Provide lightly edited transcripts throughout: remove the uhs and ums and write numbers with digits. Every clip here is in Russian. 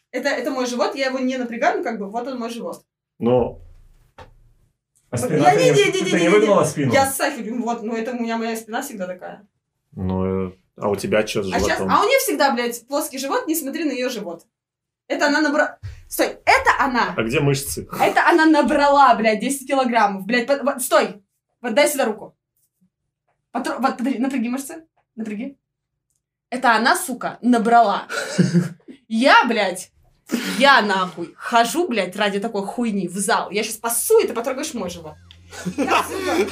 Это мой живот, я его не напрягаю, ну как бы, вот он мой живот. Ну... А спина ты не выгнула спину? Я с сахарем, вот, ну это у меня моя спина всегда такая. Ну, а у тебя что с животом? А у нее всегда, блядь, плоский живот, не смотри на ее живот. Это она набрала... Стой, это она! А где мышцы? Это она набрала, блядь, 10 килограммов. Блядь, стой! Вот дай сюда руку. Вот, подожди, напряги мышцы. Напряги. Это она, сука, набрала. Я, блядь, я нахуй хожу, блядь, ради такой хуйни в зал. Я сейчас пасу, и ты потрогаешь мой живот. Я, сука...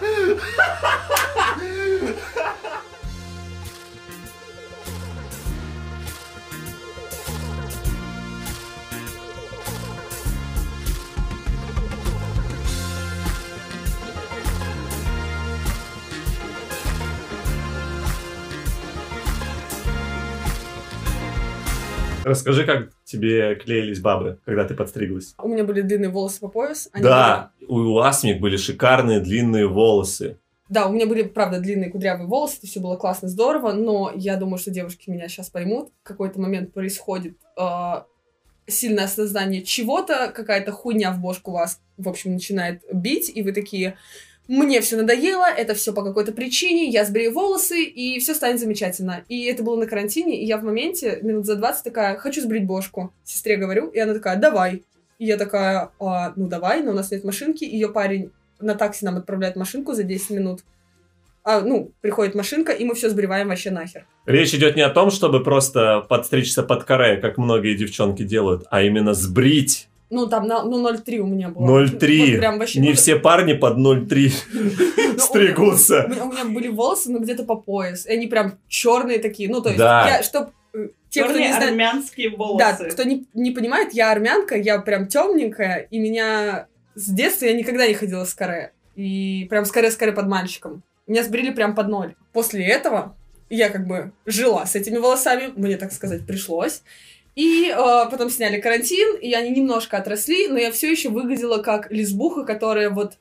Расскажи, как тебе клеились бабы, когда ты подстриглась? У меня были длинные волосы по пояс. Да, у Асмик были шикарные длинные волосы. Да, у меня были, правда, длинные кудрявые волосы, это все было классно, здорово, но я думаю, что девушки меня сейчас поймут. В какой-то момент происходит сильное осознание чего-то, какая-то хуйня в бошку вас, в общем, начинает бить, и вы такие... Мне все надоело, это все по какой-то причине, я сбрею волосы, и все станет замечательно. И это было на карантине, и я в моменте, минут за 20, такая, хочу сбрить бошку. Сестре говорю, и она такая, давай. И я такая, ну давай, но у нас нет машинки. Ее парень на такси нам отправляет машинку за 10 минут. Приходит машинка, и мы все сбриваем вообще нахер. Речь идет не о том, чтобы просто подстричься под каре, как многие девчонки делают, а именно сбрить. Ну, там, 0,3 у меня было. 0,3. Вот прям вообще... Не все парни под 0,3 стригутся. У меня были волосы, где-то по пояс. И они прям черные такие. Ну, то есть, те, кто не знает... армянские волосы. Да, кто не понимает, я армянка, я прям темненькая, и меня с детства я никогда не ходила с каре. И прям с каре под мальчиком. Меня сбрили прям под 0. После этого я как бы жила с этими волосами, мне, так сказать, пришлось. И потом сняли карантин, и они немножко отросли, но я все еще выглядела как лесбуха, которая вот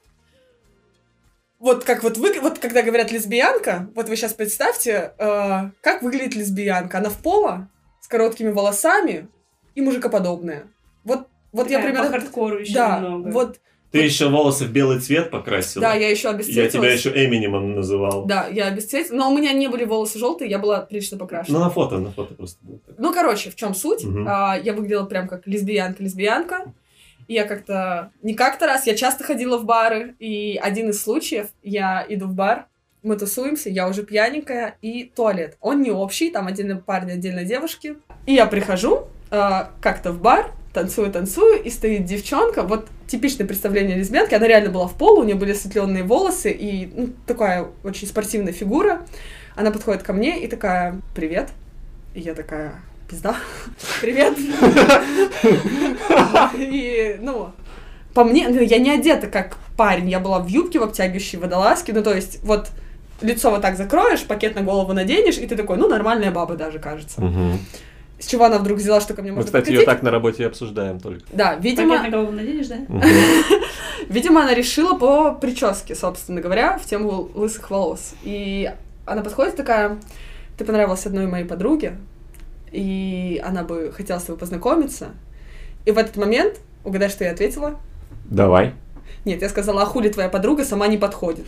когда говорят лесбиянка, вот вы сейчас представьте, как выглядит лесбиянка. Она в поло, с короткими волосами и мужикоподобная. Вот я примерно... По хардкору еще немного. Вот. Ты еще волосы в белый цвет покрасила? Да, я еще обесцветилась. Я тебя еще Эминемом называл. Да, я обесцветилась. Но у меня не были волосы желтые, я была прилично покрашена. Ну, на фото просто было. Ну, короче, в чем суть? Угу. Я выглядела прям как лесбиянка. И я не как-то раз, я часто ходила в бары. И один из случаев, я иду в бар, мы тусуемся, я уже пьяненькая, и туалет. Он не общий, там отдельно парни, отдельно девушки. И я прихожу как-то в бар, танцую, и стоит девчонка, вот типичное представление лесбиянки, она реально была в полу, у нее были осветленные волосы и такая очень спортивная фигура. Она подходит ко мне и такая, привет. И я такая, пизда, привет. И, по мне, я не одета как парень, я была в юбке, в обтягивающей водолазке, то есть, вот, лицо вот так закроешь, пакет на голову наденешь, и ты такой, нормальная баба даже, кажется. С чего она вдруг взяла, что ко мне можно подкатить? Мы, кстати, ее так на работе и обсуждаем только. Да, видимо... Пакет на голову наденешь, да? Видимо, она решила по прическе, собственно говоря, в тему лысых волос. И она подходит такая, ты понравилась одной моей подруге, и она бы хотела с тобой познакомиться. И в этот момент, угадай, что я ответила? Давай. Нет, я сказала, а хули твоя подруга сама не подходит.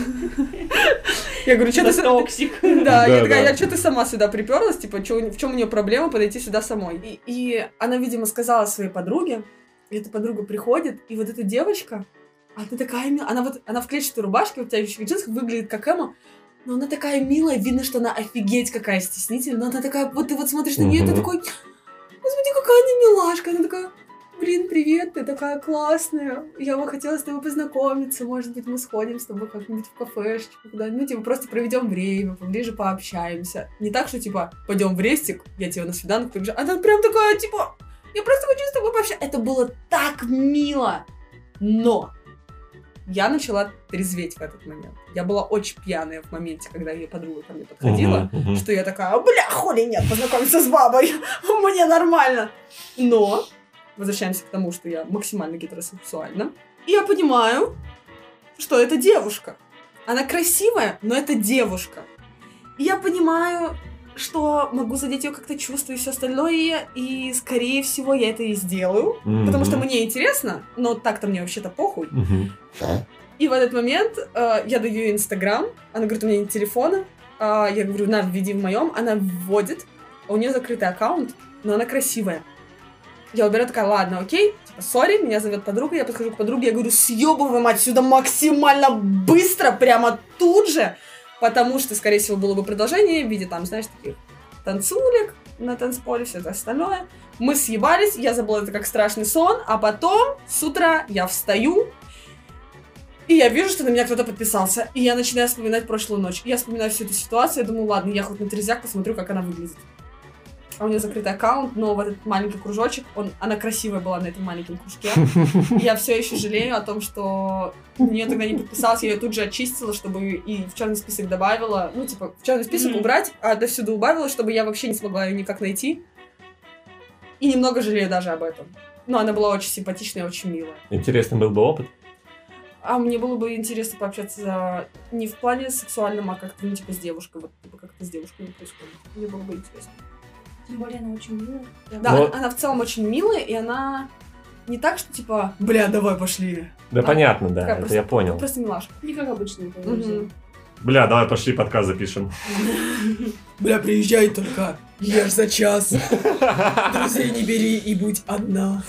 Я говорю, что ты... Токсик. Да, я такая, что ты сама сюда приперлась? Типа, в чем у нее проблема подойти сюда самой? И она, видимо, сказала своей подруге, и эта подруга приходит, и вот эта девочка, она такая милая, она в клетчатой рубашке, в обтягивающих джинсах, выглядит как Эмма, но она такая милая, видно, что она офигеть какая стеснительная, но она такая, вот ты вот смотришь на нее, и ты такой, господи, какая она милашка, она такая... Блин, привет, ты такая классная. Я бы хотела с тобой познакомиться. Может быть, мы сходим с тобой как-нибудь в кафешечку куда-нибудь. Просто проведем время, поближе пообщаемся. Не так, что, пойдем в рестик, я тебя на свиданку приглашаю. Она прям такая, я просто хочу с тобой пообщаться. Это было так мило. Но я начала трезветь в этот момент. Я была очень пьяная в моменте, когда ее подруга ко мне подходила, что я такая, бля, хули нет, познакомиться с бабой. Мне нормально. Но... Возвращаемся к тому, что я максимально гетеросексуальна. И я понимаю, что это девушка. Она красивая, но это девушка. И я понимаю, что могу задеть ее как-то чувства и все остальное, и, скорее всего, я это и сделаю, потому что мне интересно, но так-то мне вообще-то похуй. И в этот момент я даю ей Инстаграм, она говорит, у меня нет телефона, я говорю, на, введи в моем, она вводит, у нее закрытый аккаунт, но она красивая. Я выбираю, такая, ладно, окей, типа, сори, меня зовет подруга, я подхожу к подруге, я говорю, съебываем отсюда максимально быстро, прямо тут же, потому что, скорее всего, было бы продолжение в виде, там, знаешь, таких танцулек на танцполе, все это остальное. Мы съебались, я забыла это как страшный сон, а потом с утра я встаю, и я вижу, что на меня кто-то подписался, и я начинаю вспоминать прошлую ночь. Я вспоминаю всю эту ситуацию, я думаю, ладно, я хоть на трезяк посмотрю, как она выглядит. А у нее закрытый аккаунт, но в этот маленький кружочек, она красивая была на этом маленьком кружке. Я все еще жалею о том, что на нее тогда не подписалась, я ее тут же очистила, чтобы и в черный список добавила. Ну, типа, в черный список убрать, а отовсюду убавила, чтобы я вообще не смогла ее никак найти. И немного жалею даже об этом. Но она была очень симпатичная и очень милая. Интересный был бы опыт. А мне было бы интересно пообщаться не в плане сексуальном, а как-то, ну, типа, с девушкой. Вот, типа, как-то с девушкой не происходит. Мне было бы интересно. Тем более она очень милая. Да, но... она в целом очень милая, и она не так, что типа, бля, давай пошли. Да, понятно, да, это просто, я понял. Просто милашка. Не как обычно. Бля, давай пошли подкаст запишем. Бля, приезжай только, ешь за час. Друзей не бери и будь одна.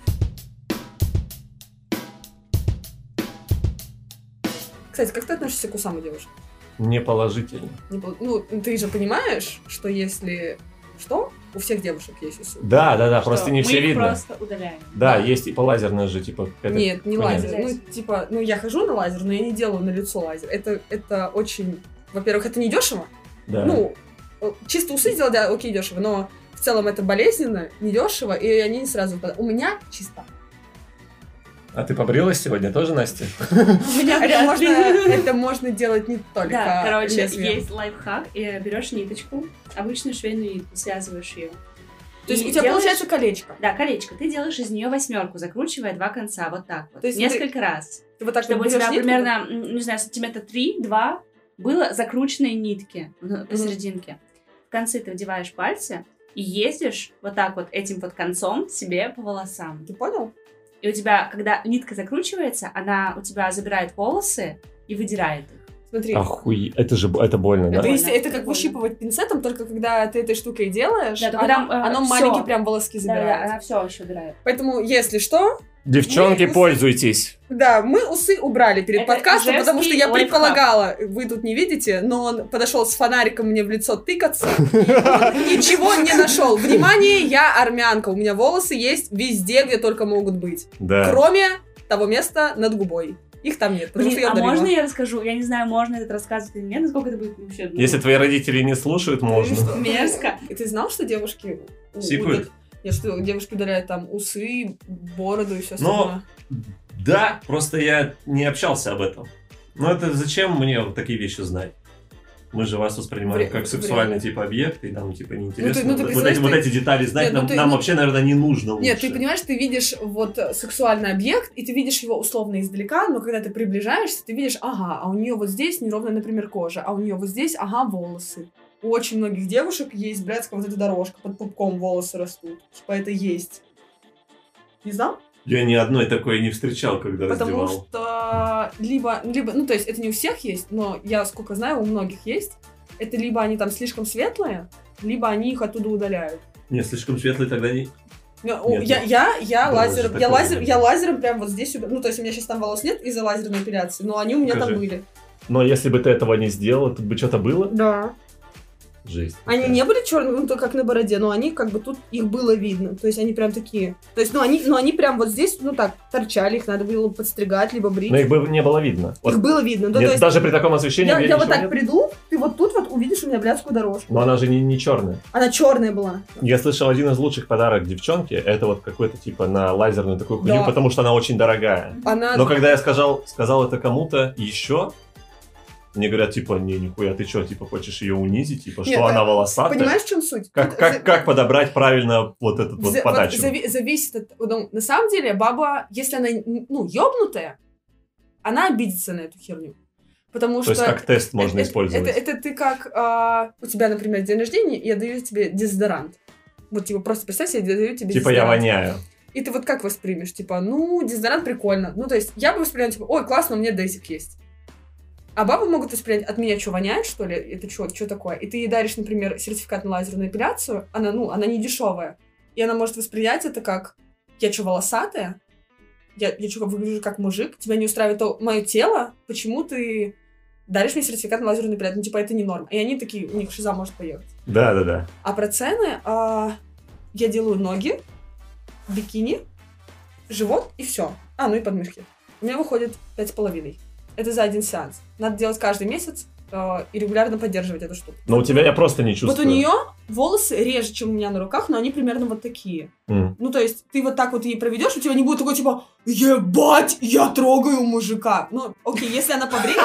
Кстати, как ты относишься к усам у девушек? Неположительно. Ну, ты же понимаешь, что если... Что? У всех девушек есть усы. Да, просто не все видно. Мы их просто удаляем. Да, есть типа лазерная же, типа... Нет, не лазер. Ну, типа, я хожу на лазер, но я не делаю на лицо лазер. Это очень... Во-первых, это не дешево. Да. Ну, чисто усы сделать, да, окей, дешево, но в целом это болезненно, недешево, и они не сразу... У меня чисто. А ты побрилась сегодня тоже, Настя? Это можно делать не только. Да, короче, есть лайфхак, и берешь ниточку, обычную швейную нитку, связываешь ее. То есть у тебя получается колечко? Да, колечко. Ты делаешь из нее 8, закручивая 2 конца, вот так вот. То есть несколько раз. Ты вот так чтобы у тебя примерно, не знаю, сантиметра 3-2 было закрученной нитки посерединке. В конце ты вдеваешь пальцы и ездишь вот так вот этим вот концом себе по волосам. Ты понял? И у тебя, когда нитка закручивается, она у тебя забирает волосы и выдирает их. Смотри. Это больно, да? Это как выщипывать пинцетом, только когда ты этой штукой делаешь, да, оно маленькие прям волоски забирает. Да, она все еще убирает. Поэтому, если что... Девчонки, пользуйтесь. Да, мы усы убрали перед подкастом, потому что я предполагала, вы тут не видите, но он подошел с фонариком мне в лицо тыкаться, и ничего не нашел. Внимание, я армянка, у меня волосы есть везде, где только могут быть. Да. Кроме того места над губой. Их там нет, потому что я ударила. Можно я расскажу? Я не знаю, можно этот рассказывать или нет, насколько это будет вообще... Если твои родители не слушают, можно. Мерзко. И ты знал, что девушки... Сикают? Нет, что девушки удаляют там усы, бороду и все остальное. Да, просто я не общался об этом. Но это зачем мне вот такие вещи знать? Мы же вас воспринимаем как сексуальный типа объект, и нам типа неинтересно. Вот эти детали знать нам вообще, наверное, не нужно лучше. Нет, ты понимаешь, ты видишь вот сексуальный объект, и ты видишь его условно издалека, но когда ты приближаешься, ты видишь, ага, а у нее вот здесь неровная, например, кожа, а у нее вот здесь, ага, волосы. У очень многих девушек есть блядская вот эта дорожка, под пупком волосы растут. Типа это есть. Не знал? Я ни одной такой не встречал, когда раздевал. Потому что либо, ну то есть это не у всех есть, но я сколько знаю, у многих есть. Это либо они там слишком светлые, либо они их оттуда удаляют. Не, слишком светлые тогда не... Я лазером прям вот здесь, ну то есть у меня сейчас там волос нет из-за лазерной эпиляции, но они у меня там были. Но если бы ты этого не сделала, тут бы что-то было? Да. Жесть. Они не были черными, ну, то как на бороде, но они как бы тут их было видно. То есть они прям такие. То есть, они прям вот здесь, ну так, торчали, их надо было подстригать, либо брить. Но их бы не было видно. Их было видно. Нет, то есть, даже при таком освещении я вот так приду, ты вот тут вот увидишь у меня блядскую дорожку. Но она же не черная. Она черная была. Я слышал, один из лучших подарок девчонке, это вот какой-то типа на лазерную такую хуйню, потому что она очень дорогая. Но когда я сказал это кому-то еще, мне говорят, типа, нихуя, ты что, типа, хочешь ее унизить, типа, что она волосатая? Понимаешь, в чем суть? Как подобрать правильно вот эту вот подачу? Зависит от... Ну, на самом деле, баба, если она, ну, ёбнутая, она обидится на эту херню. Потому То что... есть как тест можно использовать. Это ты как... у тебя, например, день рождения, и я даю тебе дезодорант. Вот, типа, просто представь себе, я даю тебе типа я воняю. И ты вот как воспримешь? Типа, ну, дезодорант прикольно. Ну, то есть, я бы восприняла, типа, ой, классно, у меня дейзик есть. А бабы могут воспринять, от меня что, воняет, что ли? Это что такое? И ты ей даришь, например, сертификат на лазерную эпиляцию, она не дешевая. И она может воспринять это как, я что, волосатая? Я что, выгляжу как мужик? Тебя не устраивает мое тело? Почему ты даришь мне сертификат на лазерную эпиляцию? Ну, типа, это не норм. И они такие, у них шиза может поехать. Да. А про цены, я делаю ноги, бикини, живот и все. Ну и подмышки. У меня выходит 5,5. Это за один сеанс. Надо делать каждый месяц и регулярно поддерживать эту штуку. Но у тебя я просто не чувствую. Вот у нее волосы реже, чем у меня на руках, но они примерно вот такие. Ну, то есть, ты вот так вот ей проведешь, у тебя не будет такой, типа, ебать, я трогаю мужика. Ну, окей, если она побреется...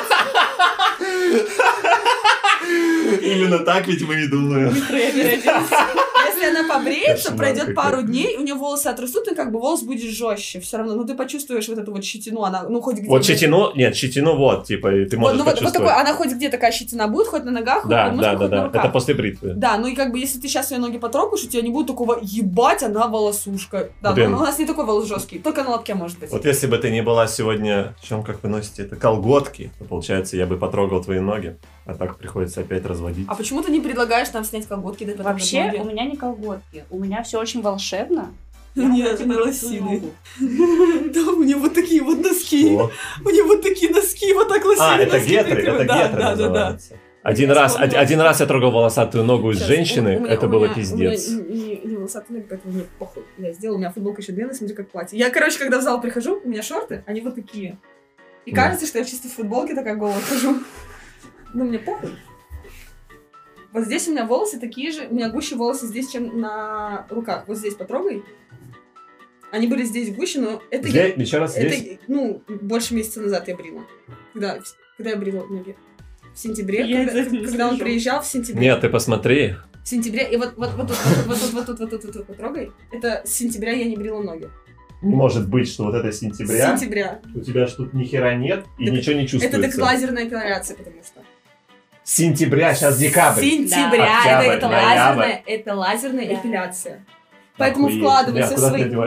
Именно так ведь мы и думаем. Если она побреется, пройдет пару дней, у нее волосы отрастут, и как бы волос будет жестче все равно. Ну, ты почувствуешь вот эту вот щетину, она, ну, хоть где-то... Вот щетину вот, типа, ты можешь почувствовать. Вот такой, она хоть где такая щетина будет, хоть на ногах, хоть на мышках, хоть на руках. Это после бритвы. Да, ну и как бы, если ты сейчас ее ноги потрогаешь, у тебя не будет такого, ебать, она волосушка. Да, у нас не такой волос жесткий, только на лобке может быть. Вот если бы ты не была сегодня, в чем, как вы носите это, колготки, то, получается, я бы потрогал твои ноги. А так приходится опять разводить. А почему ты не предлагаешь нам снять колготки? Да, вообще, у меня не колготки. У меня все очень волшебно. Нет, на лосины. Да, у нее вот такие вот носки. У нее вот такие носки, вот так лосины. Это гетры? Да. Один раз я трогал волосатую ногу из женщины, это было пиздец. Не волосатые ноги, поэтому мне похуй. Я сделала, у меня футболка еще длинная, смотри, как платье. Я, короче, когда в зал прихожу, у меня шорты, они вот такие. И кажется, что я в чистой футболке такая голая хожу. Ну, мне похуй. Вот здесь у меня волосы такие же, у меня гуще волосы здесь, чем на руках. Вот здесь потрогай. Они были здесь гуще, но это... Еще раз здесь? Это, ну, больше месяца назад я брила. Когда я брила ноги? В сентябре, когда он приезжал в сентябре. Нет, ты посмотри. В сентябре, и вот тут потрогай. Это с сентября я не брила ноги. Не может быть, что вот это сентября. Сентября. У тебя ж тут ни хера нет и так, ничего не чувствуется. Это так лазерная эпиляция, потому что. Сентября, сейчас декабрь. Сентября, да. это лазерная эпиляция. Поэтому вкладывайся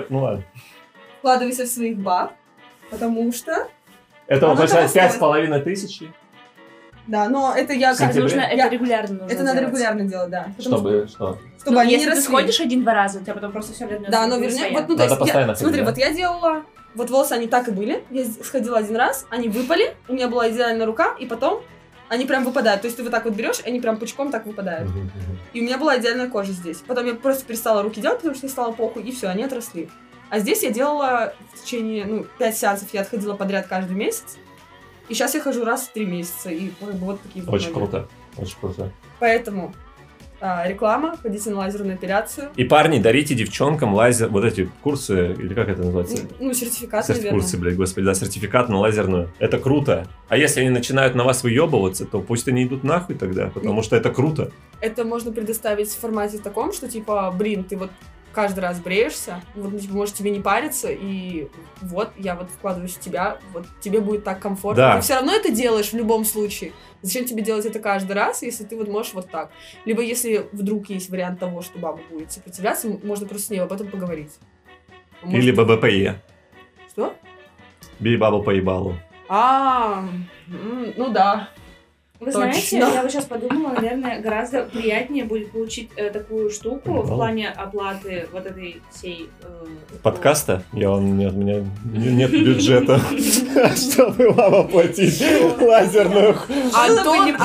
в своих баб, потому что... Это получается 5500. Да, но это это регулярно нужно это надо регулярно делать, да. Чтобы что? Чтобы они если ты сходишь 1-2 раза, у тебя потом просто все вернется. Да, но вернее, вот, ну, то есть, смотри, вот я делала, вот волосы они так и были, я сходила один раз, они выпали, у меня была идеальная рука, и потом они прям выпадают. То есть ты вот так вот берешь, они прям пучком так выпадают. И у меня была идеальная кожа здесь. Потом я просто перестала руки делать, потому что мне стало похуй, и все, они отросли. А здесь я делала в течение, 5 сеансов, я отходила подряд каждый месяц. И сейчас я хожу раз в 3 месяца, и вот такие вот очень круто, очень круто. Поэтому реклама, ходите на лазерную эпиляцию. И, парни, дарите девчонкам лазер, вот эти курсы, или как это называется? Сертификат, наверное. Курсы, блядь, господи, да, сертификат на лазерную. Это круто. А если они начинают на вас выебываться, то пусть они идут нахуй тогда, потому что это круто. Это можно предоставить в формате таком, что, типа, блин, ты вот каждый раз бреешься, вот, типа, может, тебе не париться, и вот, я вот вкладываюсь в тебя, вот, тебе будет так комфортно. Да. Ты все равно это делаешь в любом случае. Зачем тебе делать это каждый раз, если ты вот можешь вот так? Либо если вдруг есть вариант того, что баба будет сопротивляться, можно просто с ней об этом поговорить. Или ББПЕ. Что? Бей бабу по ебалу. Ну да. Вы знаете, я вот сейчас подумала, наверное, гораздо приятнее будет получить такую штуку в плане оплаты вот этой всей... Подкаста? У меня нет бюджета, чтобы вам оплатить лазерную... Антон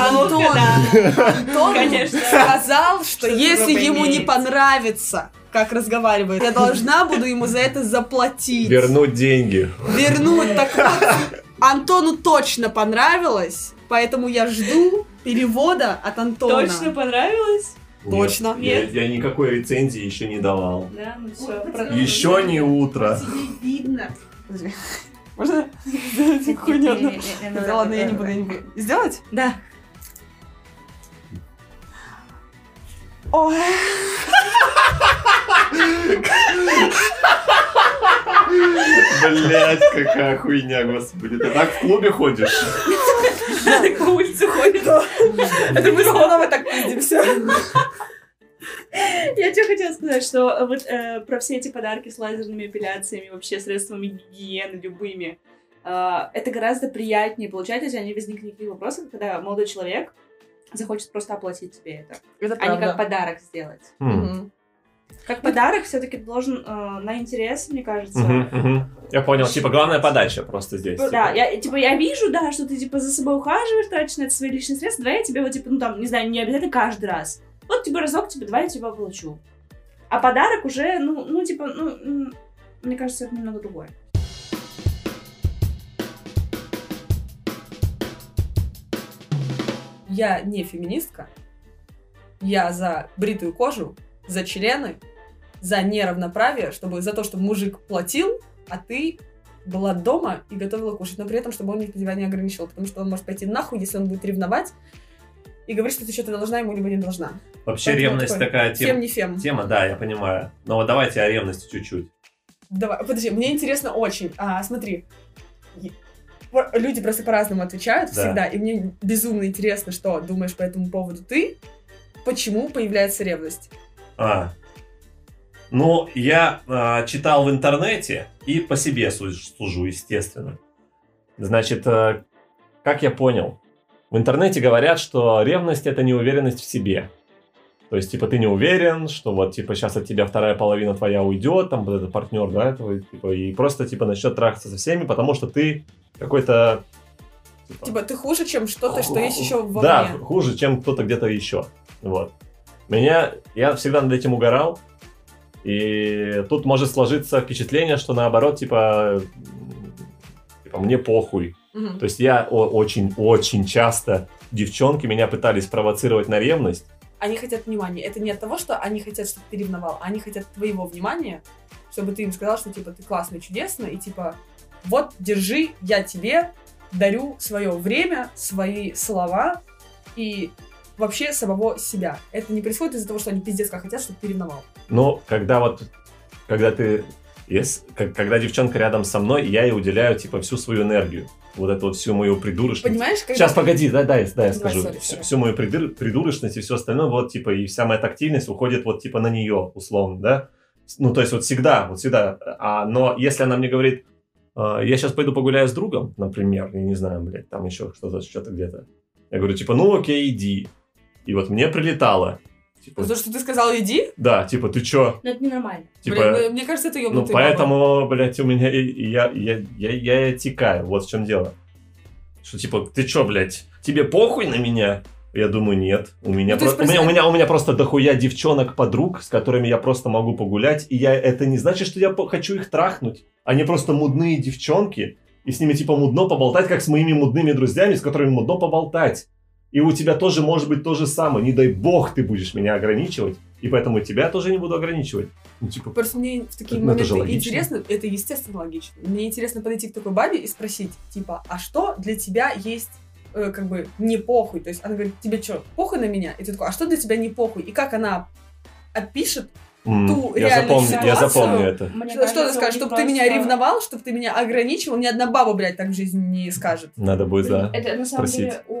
сказал, что если ему не понравится, как разговаривает, я должна буду ему за это заплатить. Вернуть деньги. Так вот, Антону точно понравилось, поэтому я жду перевода от Антона. Точно понравилось? Точно. Я никакой рецензии еще не давал. Да, ну все. Еще не утро. Видно. Можно сделать хуйню? Да ладно, я не буду. Сделать? Да. Ой. Блять, какая хуйня, господи. Ты так в клубе ходишь? так по улице ходит. Это мы снова так пиздимся. Я тебе хотела сказать, что вот про все эти подарки с лазерными эпиляциями, вообще средствами гигиены любыми, это гораздо приятнее получать, если не возникнут никаких вопросов, когда молодой человек захочет просто оплатить тебе это, а не как подарок сделать. Как подарок все-таки должен на интерес, мне кажется. Я понял, типа главная подача просто здесь. Да, я вижу, да, что ты типа за собой ухаживаешь, тратишь на это свои личные средства, давай я тебе вот типа, ну там, не знаю, не обязательно каждый раз. Вот тебе разок, типа, давай я тебя получу. А подарок уже, мне кажется, это немного другое. Я не феминистка. Я за бритую кожу, за члены, за неравноправие, за то, чтобы мужик платил, а ты была дома и готовила кушать. Но при этом, чтобы он тебя не ограничивал, потому что он может пойти нахуй, если он будет ревновать и говорить, что ты что-то должна ему, либо не должна. Вообще поэтому ревность такая не фем. Тема, да, я понимаю. Но вот давайте о ревности чуть-чуть. Давай, подожди, мне интересно очень. Смотри, люди просто по-разному отвечают всегда, и мне безумно интересно, что думаешь по этому поводу ты. Почему появляется ревность? Ну, я читал в интернете и по себе сужу, естественно. Значит, как я понял, в интернете говорят, что ревность — это неуверенность в себе. То есть, типа, ты не уверен, что вот, типа, сейчас от тебя вторая половина твоя уйдет, там, вот этот партнер, да, твой, типа, и просто, типа, начнет трахаться со всеми, потому что ты какой-то... Типа, ты хуже, чем что-то, что есть еще во мне. Да, хуже, чем кто-то где-то еще. Вот. Я всегда над этим угорал, и тут может сложиться впечатление, что наоборот, типа мне похуй. То есть я очень часто девчонки меня пытались провоцировать на ревность. Они хотят внимания. Это не от того, что они хотят, чтобы ты ревновал, а они хотят твоего внимания, чтобы ты им сказал, что типа ты классный, чудесный, и типа вот, держи, я тебе дарю свое время, свои слова и вообще самого себя. Это не происходит из-за того, что они пиздец как хотят, чтобы ты ревновал. Ну, когда девчонка рядом со мной, я ей уделяю, типа, всю свою энергию. Вот эту вот всю мою придурочность. Понимаешь, когда... Сейчас, погоди, да, я скажу. Sorry. Всю мою придурочность и все остальное, вот, типа, и вся моя тактильность уходит, вот, типа, на нее, условно, да? Ну, то есть, вот всегда. Но если она мне говорит, я сейчас пойду погуляю с другом, например, я не знаю, блядь, там еще что-то где-то. Я говорю, типа, ну, окей, иди. И вот мне прилетало. Типа, за то, что ты сказал иди? Да, типа, ты чё? Но это ненормально. Типа, блин, мне кажется, это ёбнутый Ну, поэтому, блядь, у меня... Я текаю, вот в чем дело. Что, типа, ты чё, блядь, тебе похуй на меня? Я думаю, нет. У меня просто дохуя девчонок-подруг, с которыми я просто могу погулять, и это не значит, что я хочу их трахнуть. Они просто мудные девчонки, и с ними, типа, мудно поболтать, как с моими мудными друзьями, с которыми мудно поболтать. И у тебя тоже может быть то же самое. Не дай бог ты будешь меня ограничивать, и поэтому тебя тоже не буду ограничивать. Ну, типа, просто мне в такие моменты интересно, это естественно логично. Мне интересно подойти к такой бабе и спросить, типа, а что для тебя есть, как бы, не похуй? То есть она говорит, тебе что, похуй на меня? И ты такой, а что для тебя не похуй? И как она опишет ту реальную ситуацию? Я запомню это. Что ты скажешь, чтобы ты меня ревновал, чтобы ты меня ограничивал? Ни одна баба, блядь, так в жизни не скажет. Надо будет, да, это на самом спросить. деле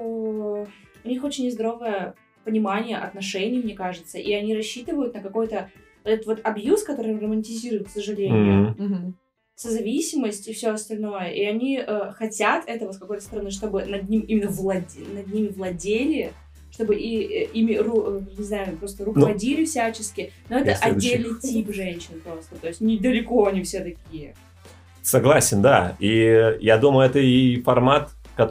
у них очень нездоровое понимание отношений, мне кажется, и они рассчитывают на какой-то этот вот абьюз, который романтизирует, к сожалению, созависимость и все остальное, и они хотят этого с какой-то стороны, чтобы над ними владели, чтобы ими, не знаю, просто руководили всячески, но это отдельный тип женщин просто, то есть недалеко они все такие. Согласен, да, и я думаю, это и формат,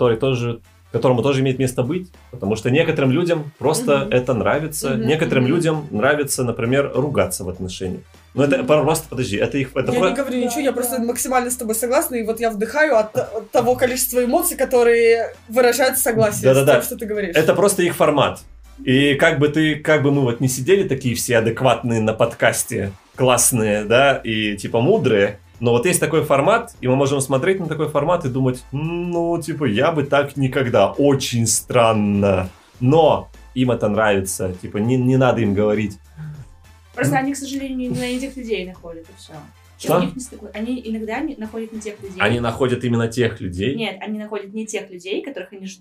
которому тоже имеет место быть, потому что некоторым людям просто это нравится, некоторым людям нравится, например, ругаться в отношениях. Но это просто, подожди, это их... Я не говорю ничего, я просто максимально с тобой согласна, и вот я вдыхаю от того количества эмоций, которые выражают согласие с тем, что ты говоришь. Это просто их формат. И как бы мы вот не сидели такие все адекватные на подкасте, классные, да, и типа мудрые, но вот есть такой формат, и мы можем смотреть на такой формат и думать, ну, типа, я бы так никогда, очень странно. Но им это нравится, типа, не надо им говорить. Просто они, к сожалению, не на этих людей находят, и все. Что? Они иногда находят не тех людей. Они находят именно тех людей? Нет, они находят не тех людей, которых они ждут.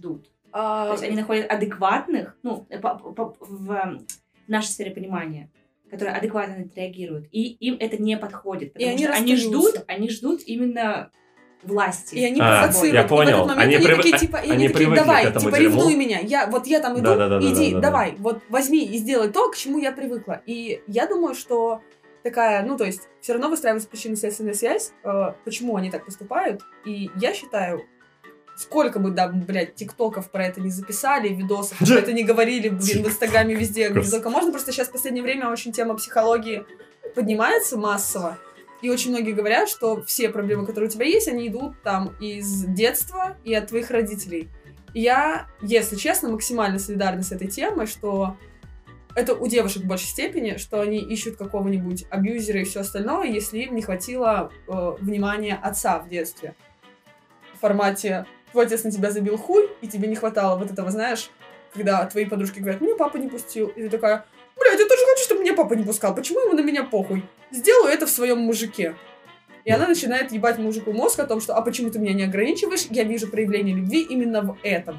То есть они находят адекватных, ну, в нашей сфере понимания, которые адекватно на это реагируют. И им это не подходит. Потому что они ждут именно власти. И они провоцируют. Я понял. И в этот момент они такие, типа, давай, типа, ревнуй меня. Я там иду, иди, давай, вот возьми и сделай то, к чему я привыкла. И я думаю, что такая, ну, то есть, все равно выстраивается причинно-следственная связь, почему они так поступают. И я считаю, сколько бы, тиктоков про это не записали, видосов про это не говорили, в Инстаграме везде, где только можно. Просто сейчас в последнее время очень тема психологии поднимается массово. И очень многие говорят, что все проблемы, которые у тебя есть, они идут там из детства и от твоих родителей. И я, если честно, максимально солидарна с этой темой, что это у девушек в большей степени, что они ищут какого-нибудь абьюзера и все остальное, если им не хватило внимания отца в детстве. В формате «твой отец на тебя забил хуй, и тебе не хватало вот этого, знаешь, когда твои подружки говорят, мне папа не пустил». И ты такая, блядь, я тоже хочу, чтобы мне папа не пускал. Почему ему на меня похуй? Сделаю это в своем мужике. И она начинает ебать мужику мозг о том, что «а почему ты меня не ограничиваешь? Я вижу проявление любви именно в этом».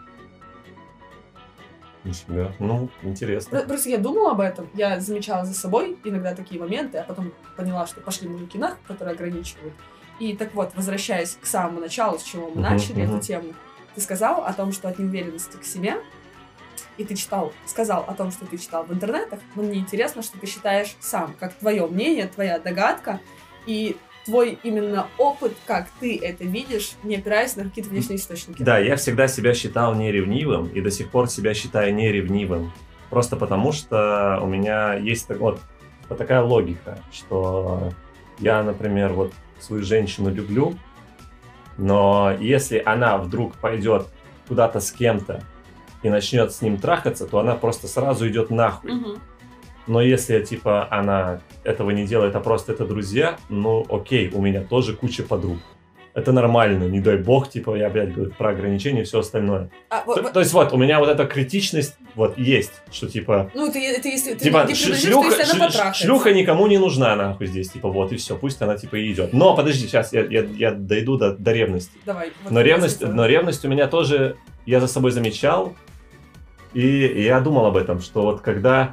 Нифига. Ну, интересно. Просто я думала об этом, я замечала за собой иногда такие моменты, а потом поняла, что пошли мужики нахуй, которые ограничивают. И так вот, возвращаясь к самому началу, с чего мы начали эту тему, ты сказал о том, что от неуверенности к себе, и ты сказал о том, что ты читал в интернетах, но мне интересно, что ты считаешь сам, как твое мнение, твоя догадка, и твой именно опыт, как ты это видишь, не опираясь на какие-то внешние источники. Да, я всегда себя считал неревнивым, и до сих пор себя считаю неревнивым. Просто потому, что у меня есть такая логика, что я, например, вот свою женщину люблю, но если она вдруг пойдет куда-то с кем-то и начнет с ним трахаться, то она просто сразу идет нахуй. Но если, типа, она этого не делает, а просто это друзья, ну, окей, у меня тоже куча подруг. Это нормально, не дай бог, типа, я опять говорю про ограничения и все остальное. То есть вот, у меня вот эта критичность вот есть, что, типа... Ну, это если ты типа, не предупреждишь, что она потрахается. Шлюха никому не нужна, нахуй, здесь, типа, вот, и все, пусть она, типа, и идет. Но, подожди, сейчас я дойду до ревности. Давай. Вот но ревность у меня тоже, я за собой замечал, и я думал об этом, что вот когда...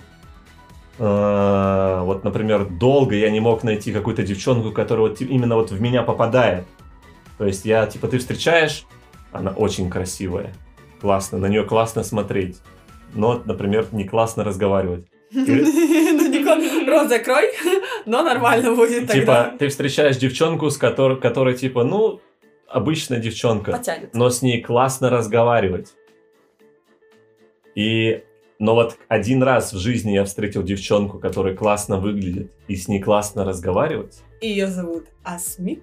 вот, например, долго я не мог найти какую-то девчонку, которая вот именно вот в меня попадает. То есть ты встречаешь, она очень красивая, классно, на нее классно смотреть, но, например, не классно разговаривать. Рот закрой, но нормально будет тогда. Типа, ты встречаешь девчонку, с которой, типа, ну, обычная девчонка, но с ней классно разговаривать. Но вот один раз в жизни я встретил девчонку, которая классно выглядит, и с ней классно разговаривать. Ее зовут Асмик.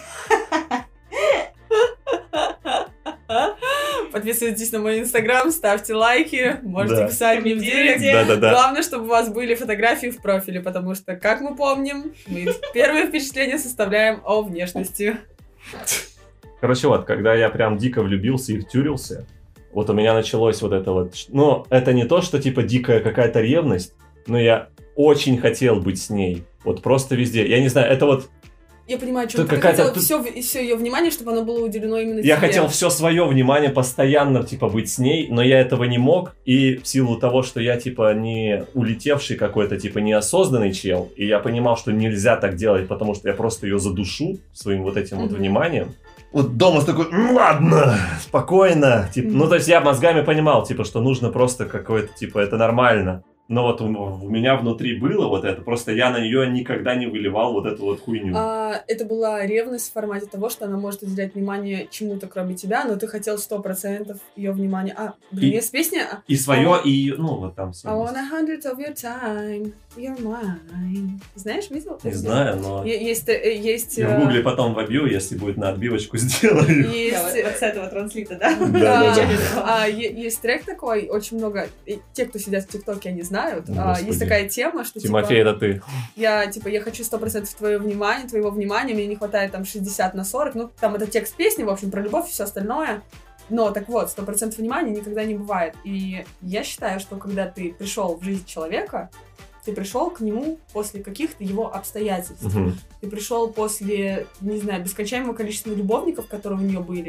Подписывайтесь на мой инстаграм, ставьте лайки, можете писать мне в директ. Главное, чтобы у вас были фотографии в профиле, потому что, как мы помним, мы первое впечатление составляем о внешности. Короче, вот, когда я прям дико влюбился и втюрился, вот у меня началось вот это вот... Ну, это не то, что типа дикая какая-то ревность, но я очень хотел быть с ней. Вот просто везде. Я не знаю, это вот... Я понимаю, что ты хотел все ее внимание, чтобы оно было уделено именно тебе. Я хотел все свое внимание постоянно, типа, быть с ней, но я этого не мог. И в силу того, что я, типа, не улетевший какой-то, типа, неосознанный чел, и я понимал, что нельзя так делать, потому что я просто ее задушу своим вот этим вот вниманием. Вот дома такой, ладно, спокойно. Типа, ну, то есть я мозгами понимал, типа, что нужно просто какое-то, типа, это нормально. Но вот у меня внутри было вот это, просто я на нее никогда не выливал вот эту вот хуйню. Это была ревность в формате того, что она может уделять внимание чему-то, кроме тебя, но ты хотел 100% ее внимания. Есть песня? И свое, и, ну, вот там все. I want 100 of your time, you're mine. Знаешь, видел? Не знаю, но... Есть... Я в гугле потом вобью, если будет на отбивочку сделаю. Есть... Вот с этого транслита, да? Да. Есть трек такой, очень много... Те, кто сидят в ТикТоке, они знают. Есть такая тема, что Тимофей, это ты. Я хочу 100% твоего внимания, мне не хватает там 60/40, ну, там это текст песни, в общем, про любовь и все остальное. Но, так вот, 100% внимания никогда не бывает. И я считаю, что когда ты пришел в жизнь человека, ты пришел к нему после каких-то его обстоятельств. Ты пришел после, не знаю, бесконечного количества любовников, которые у нее были.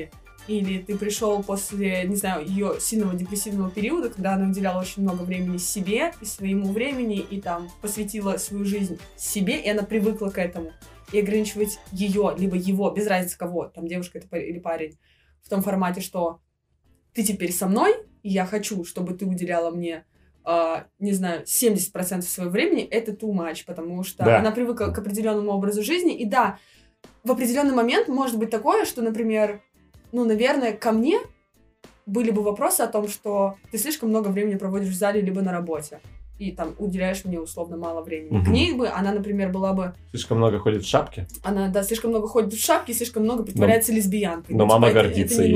или ты пришел после, не знаю, ее сильного депрессивного периода, когда она уделяла очень много времени себе и своему времени, и там посвятила свою жизнь себе, и она привыкла к этому. И ограничивать ее, либо его, без разницы кого, там девушка это или парень, в том формате, что ты теперь со мной, и я хочу, чтобы ты уделяла мне, не знаю, 70% своего времени, это too much, потому что она привыкла к определенному образу жизни, и да, в определенный момент может быть такое, что, например, ну, наверное, ко мне были бы вопросы о том, что ты слишком много времени проводишь в зале либо на работе, и там уделяешь мне условно мало времени. К ней бы она, например, была бы... Слишком много ходит в шапке? Она, да, слишком много ходит в шапке, слишком много притворяется лесбиянкой. Но мама гордится ей.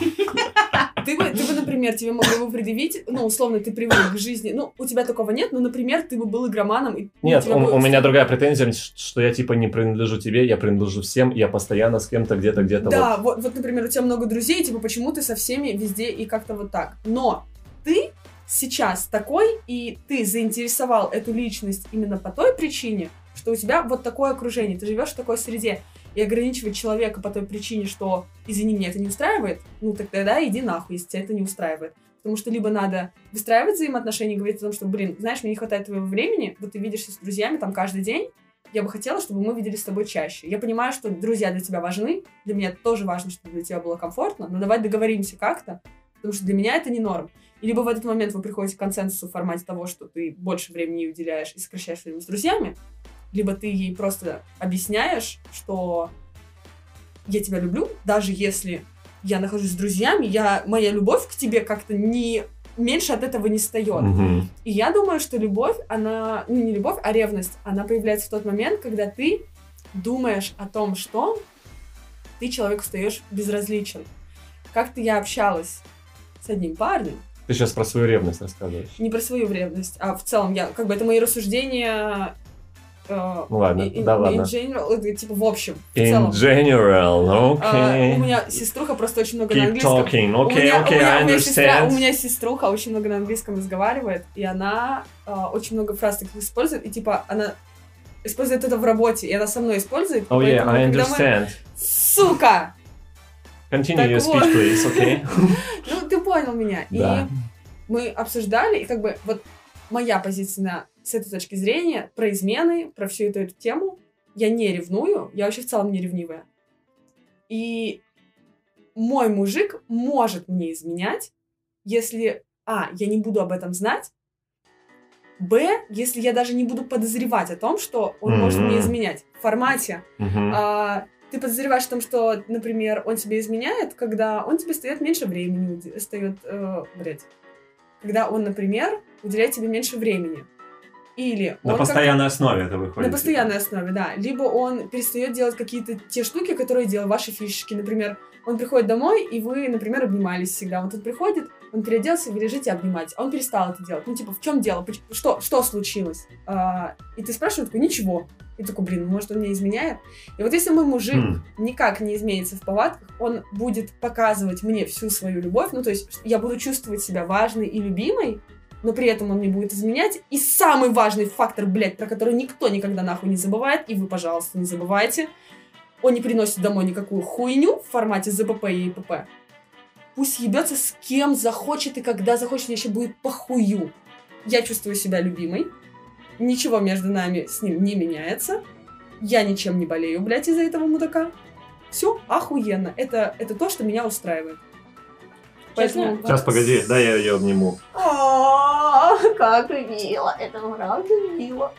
Ты бы, например, тебе могли бы предъявить, ну, условно, ты привык к жизни, ну, у тебя такого нет, но, например, ты бы был игроманом. И нет, у меня другая претензия, что я, типа, не принадлежу тебе, я принадлежу всем, я постоянно с кем-то где-то. Да, вот, например, у тебя много друзей, типа, почему ты со всеми везде и как-то вот так. Но ты сейчас такой, и ты заинтересовал эту личность именно по той причине, что у тебя вот такое окружение, ты живешь в такой среде. И ограничивать человека по той причине, что, извини, меня это не устраивает, ну, тогда иди нахуй, если тебя это не устраивает. Потому что либо надо выстраивать взаимоотношения и говорить о том, что, блин, знаешь, мне не хватает твоего времени, вот ты видишься с друзьями там каждый день, я бы хотела, чтобы мы виделись с тобой чаще. Я понимаю, что друзья для тебя важны, для меня тоже важно, чтобы для тебя было комфортно, но давай договоримся как-то, потому что для меня это не норм. И либо в этот момент вы приходите к консенсусу в формате того, что ты больше времени уделяешь и сокращаешь время с друзьями, либо ты ей просто объясняешь, что я тебя люблю, даже если я нахожусь с друзьями, моя любовь к тебе как-то не меньше от этого не встает. И я думаю, что любовь, она, ну не любовь, а ревность, она появляется в тот момент, когда ты думаешь о том, что ты человеку стаешь безразличен. Как-то я общалась с одним парнем. Ты сейчас про свою ревность рассказываешь. Не про свою ревность, а в целом, это мои рассуждения. Ну ладно, ладно. In general, типа в общем, в целом. In general, okay. У меня сеструха просто очень много Keep на английском. Talking. Okay, I understand. У меня сеструха очень много на английском разговаривает, и она очень много фраз таких использует, и типа она использует это в работе, и она со мной использует. Oh yeah, I understand. Сука! Continue your speech, please, okay? Ну, ты понял меня. Да. И мы обсуждали, и как бы вот моя позиция с этой точки зрения про измены, про всю эту тему, я не ревную, я вообще в целом не ревнивая. И мой мужик может мне изменять, если, я не буду об этом знать, если я даже не буду подозревать о том, что он может мне изменять. В формате ты подозреваешь о том, что, например, он тебе изменяет, когда он тебе остается меньше времени, когда он, например, уделяет тебе меньше времени. Или на постоянной основе это выходит. На постоянной основе, да. Либо он перестает делать какие-то те штуки, которые делают ваши фишечки. Например, он приходит домой, и вы, например, обнимались всегда. Вот он приходит, он переоделся, вы лежите обнимаетесь. А он перестал это делать. Ну, типа, в чем дело? Что случилось? И ты спрашиваешь, такой, ничего. И такой, блин, может, он мне изменяет? И вот если мой мужик никак не изменится в повадках, он будет показывать мне всю свою любовь, ну, то есть я буду чувствовать себя важной и любимой, но при этом он не будет изменять. И самый важный фактор, блядь, про который никто никогда нахуй не забывает, и вы, пожалуйста, не забывайте, он не приносит домой никакую хуйню в формате ЗПП и ИПП. Пусть ебется с кем захочет и когда захочет, мне еще будет похую. Я чувствую себя любимой, ничего между нами с ним не меняется, я ничем не болею, блядь, из-за этого мудака. Все охуенно. Это то, что меня устраивает. Поэтому... Сейчас, погоди, дай я ее обниму. Как мило, это правда мило.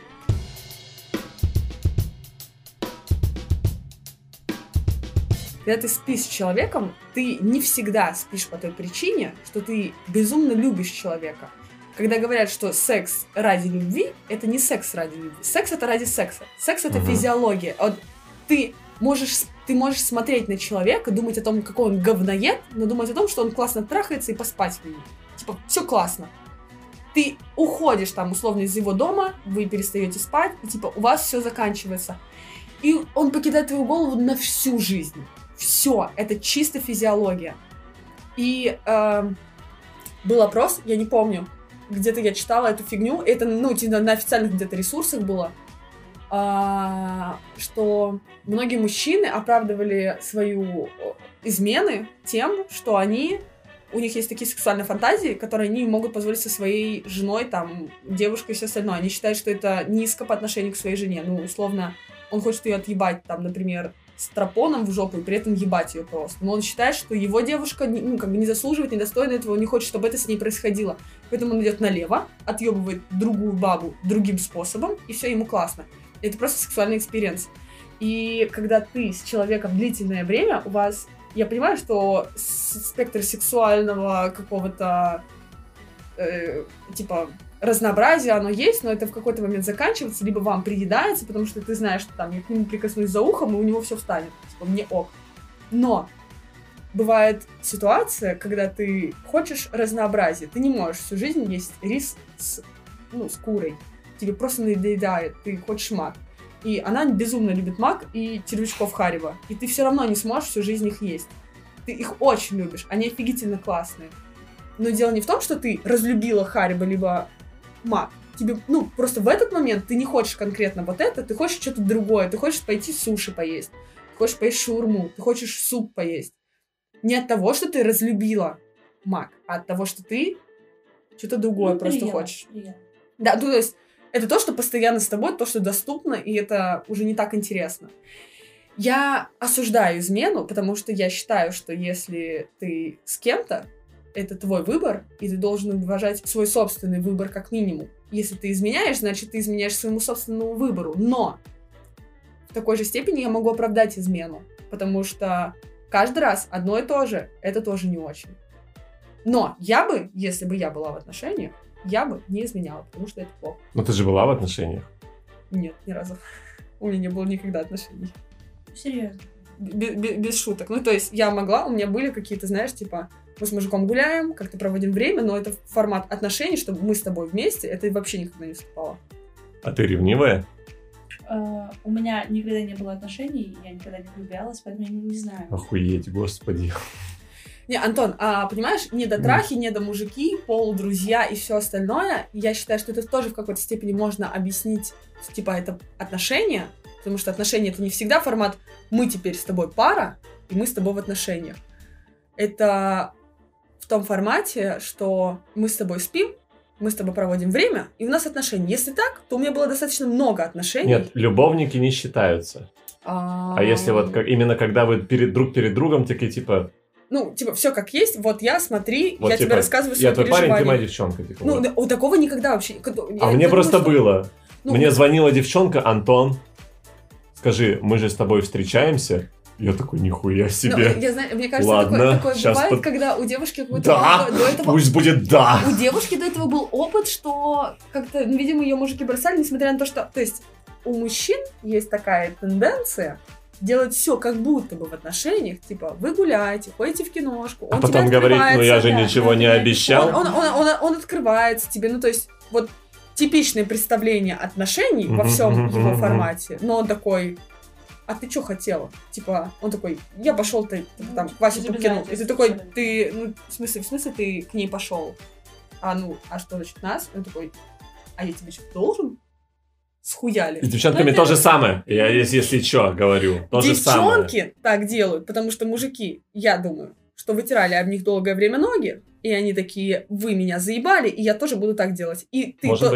Когда ты спишь с человеком, ты не всегда спишь по той причине, что ты безумно любишь человека. Когда говорят, что секс ради любви, это не секс ради любви. Секс это ради секса. Секс это физиология. Ты можешь смотреть на человека, думать о том, какой он говноед, но думать о том, что он классно трахается и поспать с ним. Типа, все классно. Ты уходишь там, условно, из его дома, вы перестаете спать, и типа, у вас все заканчивается. И он покидает твою голову на всю жизнь. Все, это чисто физиология. И был опрос, я не помню, где-то я читала эту фигню, это, на официальных где-то ресурсах было. что многие мужчины оправдывали свою измены тем, что у них есть такие сексуальные фантазии, которые они могут позволить со своей женой, там, девушкой и все остальное. Они считают, что это низко по отношению к своей жене. Ну, условно, он хочет ее отъебать, там, например, с тропоном в жопу и при этом ебать ее просто. Но он считает, что его девушка не заслуживает, недостойна этого, он не хочет, чтобы это с ней происходило. Поэтому он идет налево, отъебывает другую бабу другим способом, и все, ему классно. Это просто сексуальный экспириенс. И когда ты с человеком длительное время, у вас... Я понимаю, что спектр сексуального какого-то, разнообразия, оно есть, но это в какой-то момент заканчивается, либо вам приедается, потому что ты знаешь, что там я к нему прикоснусь за ухом, и у него все встанет. Типа, мне ок. Но бывает ситуация, когда ты хочешь разнообразия. Ты не можешь всю жизнь есть рис с курой. Тебе просто надоедает, ты хочешь мак. И она безумно любит мак и червячков Хариба. И ты все равно не сможешь всю жизнь их есть. Ты их очень любишь, они офигительно классные. Но дело не в том, что ты разлюбила Хариба либо мак. Тебе, просто в этот момент ты не хочешь конкретно вот это, ты хочешь что-то другое. Ты хочешь пойти суши поесть, ты хочешь поесть шаурму, ты хочешь суп поесть. Не от того, что ты разлюбила мак, а от того, что ты что-то другое просто хочешь. Да, то есть это то, что постоянно с тобой, то, что доступно, и это уже не так интересно. Я осуждаю измену, потому что я считаю, что если ты с кем-то, это твой выбор, и ты должен уважать свой собственный выбор как минимум. Если ты изменяешь, значит, ты изменяешь своему собственному выбору. Но в такой же степени я могу оправдать измену, потому что каждый раз одно и то же, это тоже не очень. Но я бы, если бы я была в отношениях, я бы не изменяла, потому что это плохо. Но ты же была в отношениях? Нет, ни разу. У меня не было никогда отношений. Серьезно? Без шуток. То есть я могла, у меня были какие-то, знаешь, типа, мы с мужиком гуляем, как-то проводим время, но это формат отношений, чтобы мы с тобой вместе, это вообще никогда не вступало. А ты ревнивая? У меня никогда не было отношений, я никогда не влюблялась, поэтому я не знаю. Охуеть, господи. Не, Антон, понимаешь, недотрахи, недомужики, полудрузья и все остальное, я считаю, что это тоже в какой-то степени можно объяснить, типа, это отношения, потому что отношения — это не всегда формат «мы теперь с тобой пара, и мы с тобой в отношениях». Это в том формате, что мы с тобой спим, мы с тобой проводим время, и у нас отношения. Если так, то у меня было достаточно много отношений. Нет, любовники не считаются. А если вот именно когда вы друг перед другом такие, типа... все как есть, вот я, смотри, вот, я тебе рассказываю свои переживания. Я твой парень, ты моя девчонка. Типа, у такого никогда вообще... мне просто было. Мне звонила девчонка: Антон, скажи, мы же с тобой встречаемся? Я такой: нихуя себе. Я знаю, мне кажется, ладно, такое бывает, когда у девушки какой-то... Да, до этого... пусть будет да. У девушки до этого был опыт, что как-то, видимо, ее мужики бросали, несмотря на то, что... То есть у мужчин есть такая тенденция делать все как будто бы в отношениях, типа, вы гуляете, ходите в киношку, он потом говорит: я же ничего не обещал. Он открывается тебе, то есть вот типичное представление отношений во всем его формате, но он такой: а ты что хотела? Типа, он такой: я пошел, ты там Васю подкинул. И ты такой: ты, в смысле ты к ней пошел? А что значит нас? Он такой: а я тебе что, должен? Схуяли. С девчонками то же самое. Я, если что, говорю. То же самое. Девчонки так делают, потому что мужики, я думаю, что вытирали об них долгое время ноги, и они такие: вы меня заебали, и я тоже буду так делать. И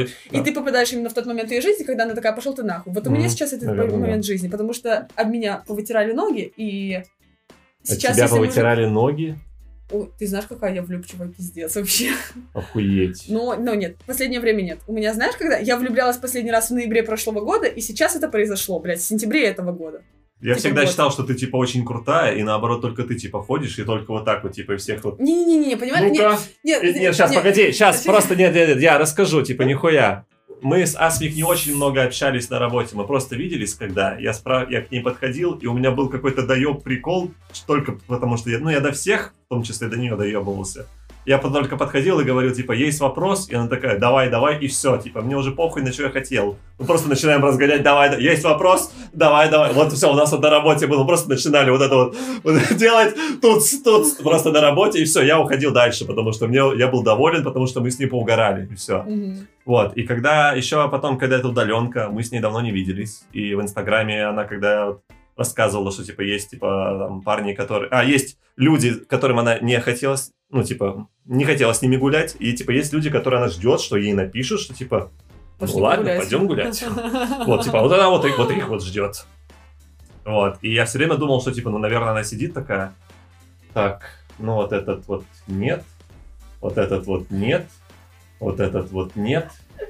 ты попадаешь именно в тот момент ее жизни, когда она такая: пошел ты нахуй. Вот у меня сейчас этот момент жизни, потому что об меня повытирали ноги, и сейчас... От тебя повытирали ноги? Ты знаешь, какая я влюбчивая, пиздец, вообще. Охуеть. Но нет, в последнее время нет. У меня, знаешь, когда я влюблялась последний раз в ноябре прошлого года, и сейчас это произошло, блядь, в сентябре этого года. Я всегда считал, что ты, типа, очень крутая, и наоборот, только ты, типа, ходишь, и только вот так вот, типа, и всех вот... Не-не-не, понимаешь? Ну-ка. Нет, сейчас, погоди, сейчас, просто, нет, я расскажу, типа, нихуя. Мы с Асмик не очень много общались на работе, мы просто виделись, когда я к ней подходил, и у меня был какой-то доеб прикол, только потому что я до всех, в том числе до нее доебывался. Я только подходил и говорил, типа, есть вопрос? И она такая, давай, и все, типа, мне уже похуй, на что я хотел. Мы просто начинаем разгонять, давай, есть вопрос? Давай. Вот все, у нас вот на работе было, просто начинали вот это вот делать тут, просто на работе, и все, я уходил дальше, потому что я был доволен, потому что мы с ней поугорали, и все. Вот, и когда это удаленка, мы с ней давно не виделись, и в Инстаграме она, когда рассказывала, что, типа, есть, типа, там, парни, которые... есть люди, которым она не хотелось, не хотела с ними гулять, и, типа, есть люди, которые она ждет, что ей напишут, что, типа, ладно, пойдем гулять. Вот, типа, вот она вот их вот ждет. Вот, и я все время думал, что, типа, наверное, она сидит такая, так, вот этот вот нет, вот этот вот нет, вот этот вот нет.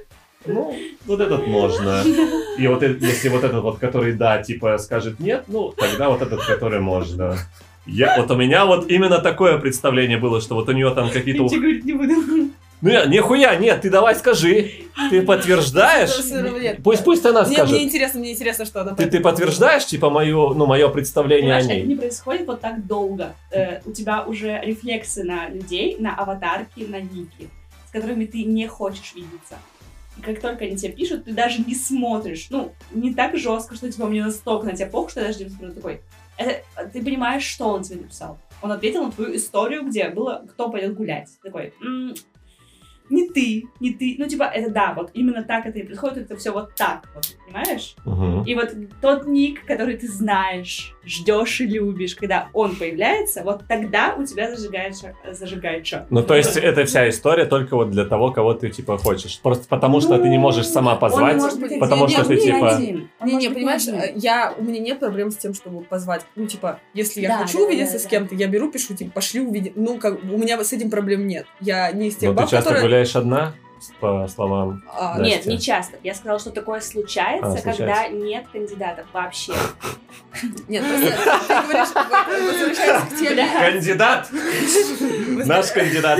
Вот этот можно. И вот если вот этот вот, который да, типа, скажет нет, тогда вот этот, который можно. Вот у меня вот именно такое представление было, что вот у нее там какие-то... Я тебе говорить не буду. Нихуя, нет, ты давай скажи. Ты подтверждаешь? Пусть она скажет. Мне интересно, что она... Ты подтверждаешь, типа, мое представление о ней? Это не происходит вот так долго. У тебя уже рефлексы на людей, на аватарки, на ники, с которыми ты не хочешь видеться. И как только они тебе пишут, ты даже не смотришь. Не так жестко, что типа мне настолько на тебя похуй, что я даже не смотрю такой. Ты понимаешь, что он тебе написал. Он ответил на твою историю, где было, кто пойдет гулять. Такой, не ты. Это да, вот именно так это и происходит, это все вот так, вот, понимаешь? И вот тот ник, который ты знаешь, ждешь и любишь, когда он появляется, вот тогда у тебя зажигается. То есть это вся история только вот для того, кого ты, типа, хочешь. Просто потому, что ты не можешь сама позвать, потому что ты, типа... Не, понимаешь, у меня нет проблем с тем, чтобы позвать. Если я хочу увидеться с кем-то, я беру, пишу, типа, пошли увидеть. У меня с этим проблем нет. Я не из тех баб, которые... одна, по словам Нет, не часто. Я сказала, что такое случается, когда нет кандидатов вообще. Нет, просто ты говоришь, возвращаясь к теме... Кандидат! Наш кандидат.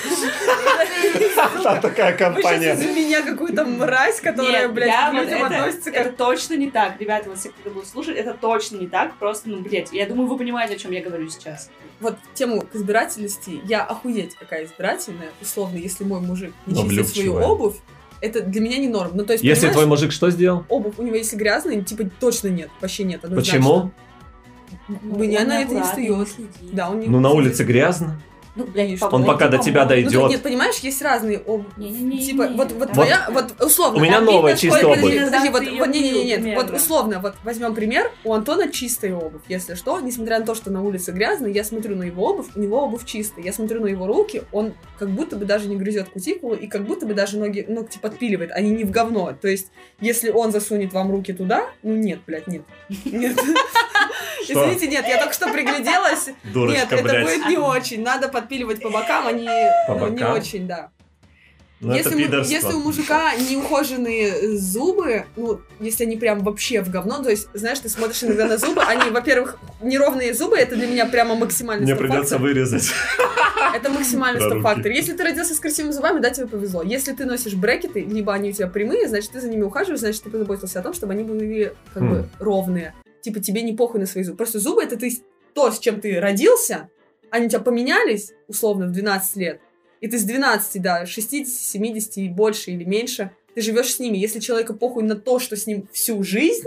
Там такая компания. Вы сейчас из меня какую-то мразь, которая, к людям относится как... Это точно не так. Ребята, вот все, кто будут слушать, это точно не так. Просто, я думаю, вы понимаете, о чем я говорю сейчас. Вот тему к избирательности, я охуеть какая избирательная, условно, если мой мужик не чистит свою обувь, это для меня не норм. Если твой мужик что сделал? Обувь у него если грязная, типа точно нет, вообще нет. Почему? Меня на это не встает. Да, на улице грязно. Он пока до тебя дойдет. Нет, понимаешь, есть разные обувь. Типа, вот твоя, вот условно. У меня новая чистая обувь. Подожди, вот условно, вот возьмем пример. У Антона чистая обувь, если что. Несмотря на то, что на улице грязно, я смотрю на его обувь, у него обувь чистая. Я смотрю на его руки, он как будто бы даже не грызет кутикулу, и как будто бы даже ногти подпиливает, они не в говно. То есть, если он засунет вам руки туда, нет, блядь, нет. Нет. Извините, нет, я только что пригляделась. Нет, это будет не очень. Надо подпиливать по бокам, они не очень, да. Если у мужика неухоженные зубы, если они прям вообще в говно, то есть, знаешь, ты смотришь иногда на зубы, они, во-первых, неровные зубы, это для меня прямо максимальный стоп-фактор. Мне придется вырезать. Это максимальный стоп-фактор. Если ты родился с красивыми зубами, да, тебе повезло. Если ты носишь брекеты, либо они у тебя прямые, значит, ты за ними ухаживаешь, значит, ты позаботился о том, чтобы они были как бы ровные. Типа, тебе не похуй на свои зубы. Просто зубы — это то, с чем ты родился, они у тебя поменялись, условно, в 12 лет, и ты с 12 до 60, 70 и больше или меньше, ты живешь с ними. Если человеку похуй на то, что с ним всю жизнь,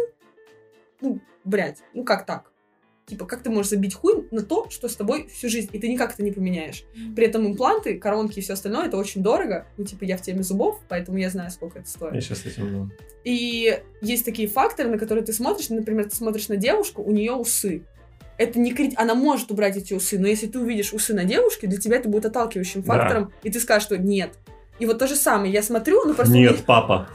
как так? Типа, как ты можешь забить хуй на то, что с тобой всю жизнь, и ты никак это не поменяешь. При этом импланты, коронки и все остальное, это очень дорого. Я в теме зубов, поэтому я знаю, сколько это стоит. Я сейчас этим... И есть такие факторы, на которые ты смотришь. Например, ты смотришь на девушку, у нее усы. Это не она может убрать эти усы, но если ты увидишь усы на девушке, для тебя это будет отталкивающим фактором, и ты скажешь, что нет. И вот то же самое, я смотрю, просто... Нет, папа.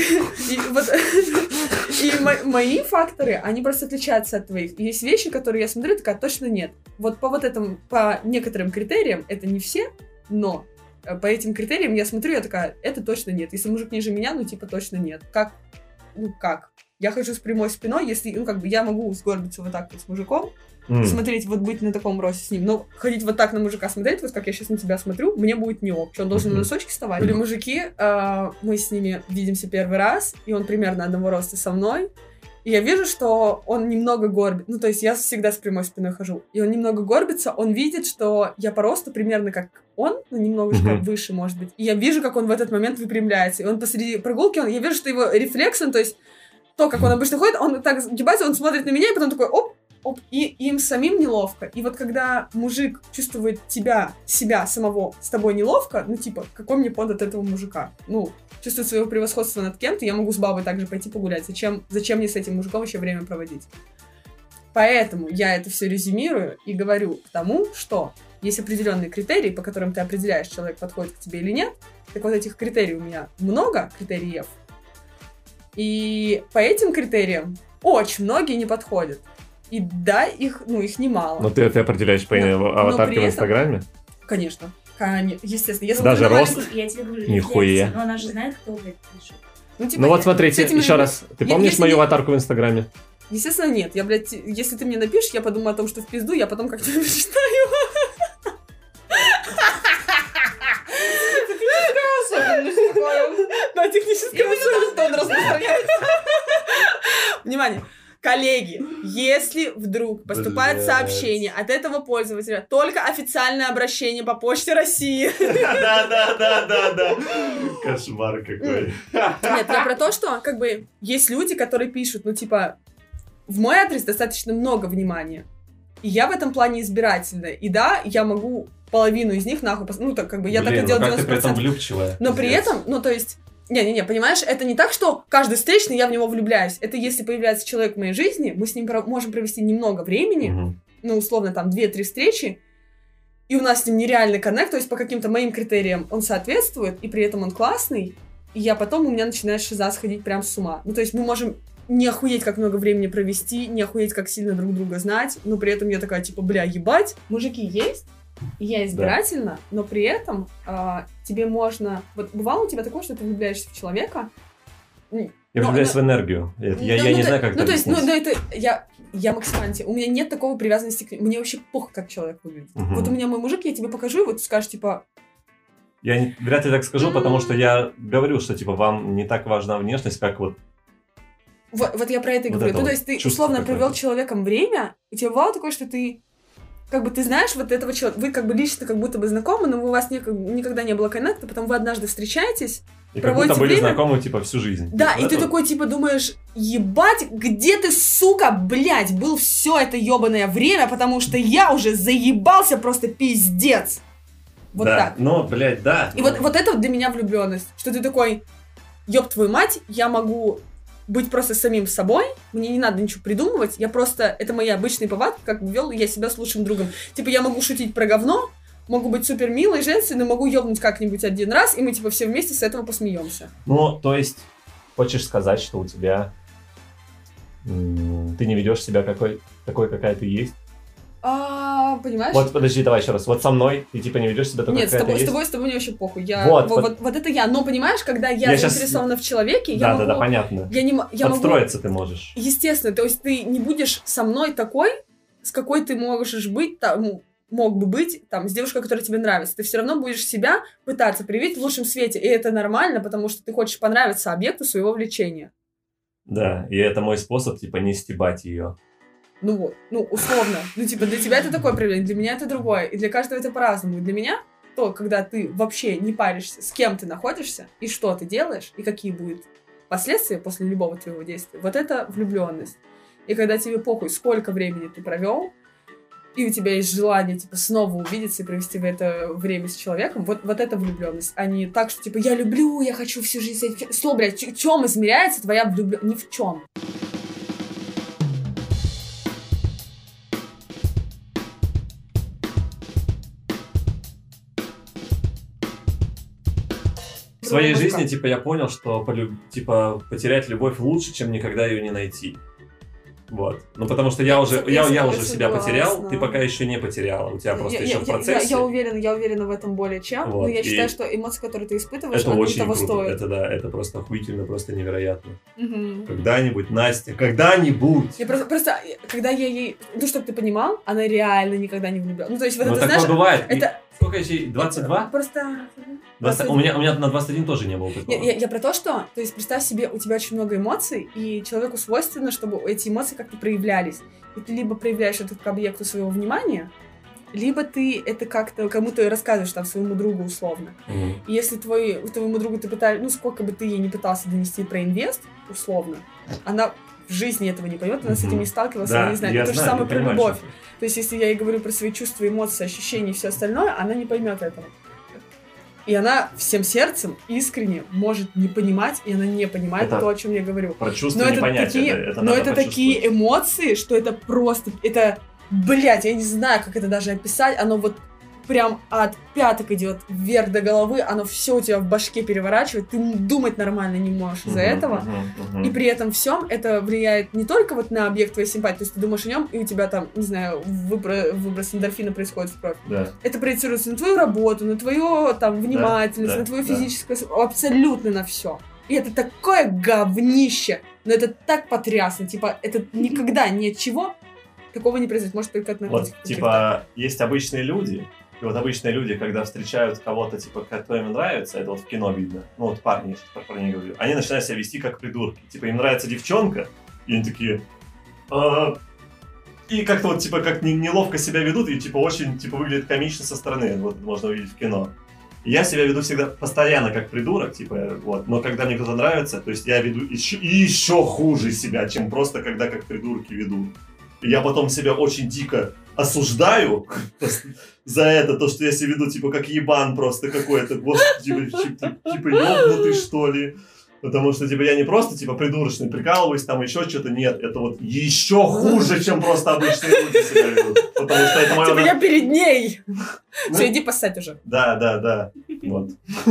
И мои факторы, они просто отличаются от твоих. Есть вещи, которые я смотрю, такая, точно нет. Вот по некоторым критериям, это не все, но по этим критериям я смотрю, я такая, это точно нет. Если мужик ниже меня, точно нет. Как? Я хожу с прямой спиной, если, я могу сгорбиться вот так вот с мужиком, смотреть, быть на таком росте с ним, но ходить вот так на мужика смотреть, вот как я сейчас на тебя смотрю, мне будет не ок. Что, он должен на носочки вставать? Или мужики, мы с ними видимся первый раз, и он примерно одного роста со мной, И я вижу, что он немного горбит. Ну, то есть я всегда с прямой спиной хожу. И он немного горбится, он видит, что я по росту примерно как он, ну, немножко выше, может быть. И я вижу, как он в этот момент выпрямляется. И он посреди прогулки, я вижу, что его рефлексом, то есть то, как он обычно ходит, он так сгибается, он смотрит на меня, и потом такой оп, и им самим неловко. И вот когда мужик чувствует себя самого с тобой неловко, ну, типа, какой мне под от этого мужика? Ну, чувствует свое превосходство над кем-то, я могу с бабой также пойти погулять. Зачем мне с этим мужиком еще время проводить? Поэтому я это все резюмирую и говорю к тому, что есть определенные критерии, по которым ты определяешь, человек подходит к тебе или нет. Так вот, этих критерий у меня много, критериев. И по этим критериям очень многие не подходят. И да, их немало. Но ты это определяешь по аватарке в Инстаграме? Конечно. Естественно. Если даже рост? Я тебе говорю, нихуя. Но она же знает, кто это пишет. Ну вот смотрите, еще раз. Ты помнишь мою аватарку в Инстаграме? Естественно, нет. Я, блядь, если ты мне напишешь, я подумаю о том, что в пизду, я потом как-нибудь читаю. Да, техническая особенность. Внимание. Коллеги, если вдруг поступает сообщение от этого пользователя, только официальное обращение по Почте России. Да. Кошмар какой. Нет, я про то, что, как бы, есть люди, которые пишут, ну, типа, в мой адрес достаточно много внимания. И я в этом плане избирательная. И да, я могу половину из них нахуй... Ну, так, как бы, я так и делаю 90%. Как ты при этом влюбчивая. Но при этом, ну, то есть... Не, понимаешь, это не так, что каждый встречный я в него влюбляюсь. Это если появляется человек в моей жизни, мы с ним можем провести немного времени, ну, условно, там, 2-3 встречи, и у нас с ним нереальный коннект, то есть по каким-то моим критериям он соответствует, и при этом он классный, и у меня начинает шиза сходить прям с ума. Ну, то есть мы можем не охуеть, как много времени провести, не охуеть, как сильно друг друга знать, но при этом я такая, типа, бля, ебать, мужики есть? Я избирательна, но при этом тебе можно... Вот бывало у тебя такое, что ты влюбляешься в человека? Я влюбляюсь в энергию. Я не знаю, как это объяснить. Ну, это... Я максимально... У меня нет такого привязанности к... Мне вообще похуй, как человек выглядит. Вот у меня мой мужик, я тебе покажу, и вот ты скажешь, типа... Я вряд ли так скажу, потому что я говорю, что, типа, вам не так важна внешность, как вот... Вот я про это и говорю. Ну, то есть ты условно провел человеком время, у тебя бывало такое, что ты... Как бы ты знаешь вот этого человека, вы как бы лично как будто бы знакомы, но у вас никогда не было коннекта, потом вы однажды встречаетесь, и как будто были знакомы, типа, всю жизнь. Да, и ты такой, типа, думаешь, ебать, где ты, сука, блядь, был все это ебаное время, потому что я уже заебался просто пиздец. Вот да, так. Ну, блядь, да. И вот это для меня влюбленность, что ты такой, ёб твою мать, я могу... быть просто самим собой, мне не надо ничего придумывать, я просто, это мои обычные повадки, как бы вел я себя с лучшим другом. Типа, я могу шутить про говно, могу быть супер милой, женственной, могу ёбнуть как-нибудь один раз, и мы, типа, все вместе с этого посмеемся. Ну, то есть, хочешь сказать, что у тебя, ты не ведешь себя такой, какая ты есть? Понимаешь? Вот, подожди, давай еще раз. Вот со мной ты, типа, не ведешь себя такой, какая ты есть? Нет, с тобой мне вообще похуй. Вот это я. Но, понимаешь, когда я заинтересована в человеке, я могу... Да, понятно. Подстроиться ты можешь. Естественно, то есть ты не будешь со мной такой, с какой ты можешь быть, там, мог бы быть, там, с девушкой, которая тебе нравится. Ты все равно будешь себя пытаться проявить в лучшем свете. И это нормально, потому что ты хочешь понравиться объекту своего влечения. Да, и это мой способ, типа, не стебать ее. Ну вот, условно. Ну, типа, для тебя это такое проявление, для меня это другое. И для каждого это по-разному. И для меня то, когда ты вообще не паришься, с кем ты находишься, и что ты делаешь, и какие будут последствия после любого твоего действия, вот это влюбленность. И когда тебе похуй, сколько времени ты провел, и у тебя есть желание, типа, снова увидеться и провести в это время с человеком, вот это влюбленность. А не так, что, типа, я люблю, я хочу всю жизнь с этим... Что, блядь, в чем измеряется твоя влюбленность? Ни в чем. В своей жизни, типа, я понял, что, типа, потерять любовь лучше, чем никогда ее не найти. Вот. Ну, потому что я уже себя потерял, ты пока еще не потеряла, у тебя просто еще в процессе. Я уверена в этом более чем, вот. Но я считаю, что эмоции, которые ты испытываешь, они того стоят. Это да, это просто охуительно, просто невероятно. Когда-нибудь, Настя, когда-нибудь! Я просто, когда я ей, ну, чтобы ты понимал, она реально никогда не влюблялась. Ну, то есть, вот это, такое знаешь, бывает. Это Сколько ей? 22? Просто... 20... У меня на 21 тоже не было такого. Я про то, что... То есть, представь себе, у тебя очень много эмоций, и человеку свойственно, чтобы эти эмоции как-то проявлялись. И ты либо проявляешь это к объекту своего внимания, либо ты это как-то кому-то рассказываешь, там, своему другу условно. И если твоему другу ты пытаешься... Ну, сколько бы ты ей не пытался донести про инвест, условно, она в жизни этого не поймет, она с этим не сталкивалась, она не знает. Это же самое про любовь. То есть, если я ей говорю про свои чувства, эмоции, ощущения и все остальное, она не поймет этого. И она всем сердцем искренне может не понимать, и она не понимает то, о чем я говорю. Про чувства не понять. Но это такие эмоции, что это просто... Это, блядь, я не знаю, как это даже описать. Оно вот прям от пяток идет вверх до головы, оно все у тебя в башке переворачивает, ты думать нормально не можешь из-за этого. И при этом всем это влияет не только вот на объект твоей симпатии, то есть ты думаешь о нем, и у тебя там, не знаю, выброс эндорфина происходит в кровь. Да. Это проецируется на твою работу, на твою там внимательность, на твою физическое, абсолютно на все. И это такое говнище, но это так потрясно, типа, это никогда ни от чего такого не произойдет, может только от наркотиков. Вот, типа, есть обычные люди, и вот обычные люди, когда встречают кого-то, типа, кто им нравится, это вот в кино видно, ну вот парни, я сейчас про парней говорю, они начинают себя вести как придурки. Типа, им нравится девчонка, и они такие... И как-то вот, типа, как неловко себя ведут, и, типа, очень, типа, выглядит комично со стороны, вот, можно увидеть в кино. И я себя веду всегда постоянно как придурок, типа, вот, но когда мне кто-то нравится, то есть я веду еще хуже себя, чем просто когда как придурки веду. И я потом себя очень дико осуждаю за это, то, что я себя веду, типа, как ебан просто какой-то, господи, типа, ёбнутый, что ли. Потому что, типа, я не просто, типа, придурочный, прикалываюсь, там еще что-то, нет, это вот еще хуже, чем просто обычные люди себя ведут. Потому что это мое... Типа, я перед ней! Все, иди поссать уже. Да, вот.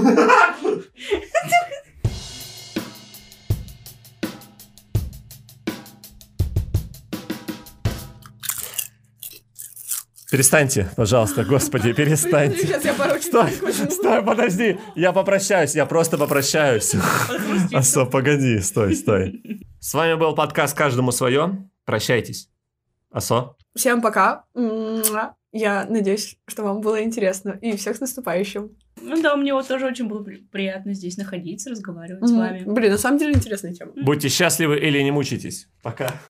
Перестаньте, пожалуйста, господи, перестаньте. Сейчас я порочу. Стой, подожди, я попрощаюсь, я просто попрощаюсь. Асо, погоди, стой. С вами был подкаст «Каждому свое». Прощайтесь. Асо. Всем пока. Я надеюсь, что вам было интересно. И всех с наступающим. Ну да, мне вот тоже очень было приятно здесь находиться, разговаривать с вами. Блин, на самом деле интересная тема. Будьте счастливы или не мучайтесь. Пока.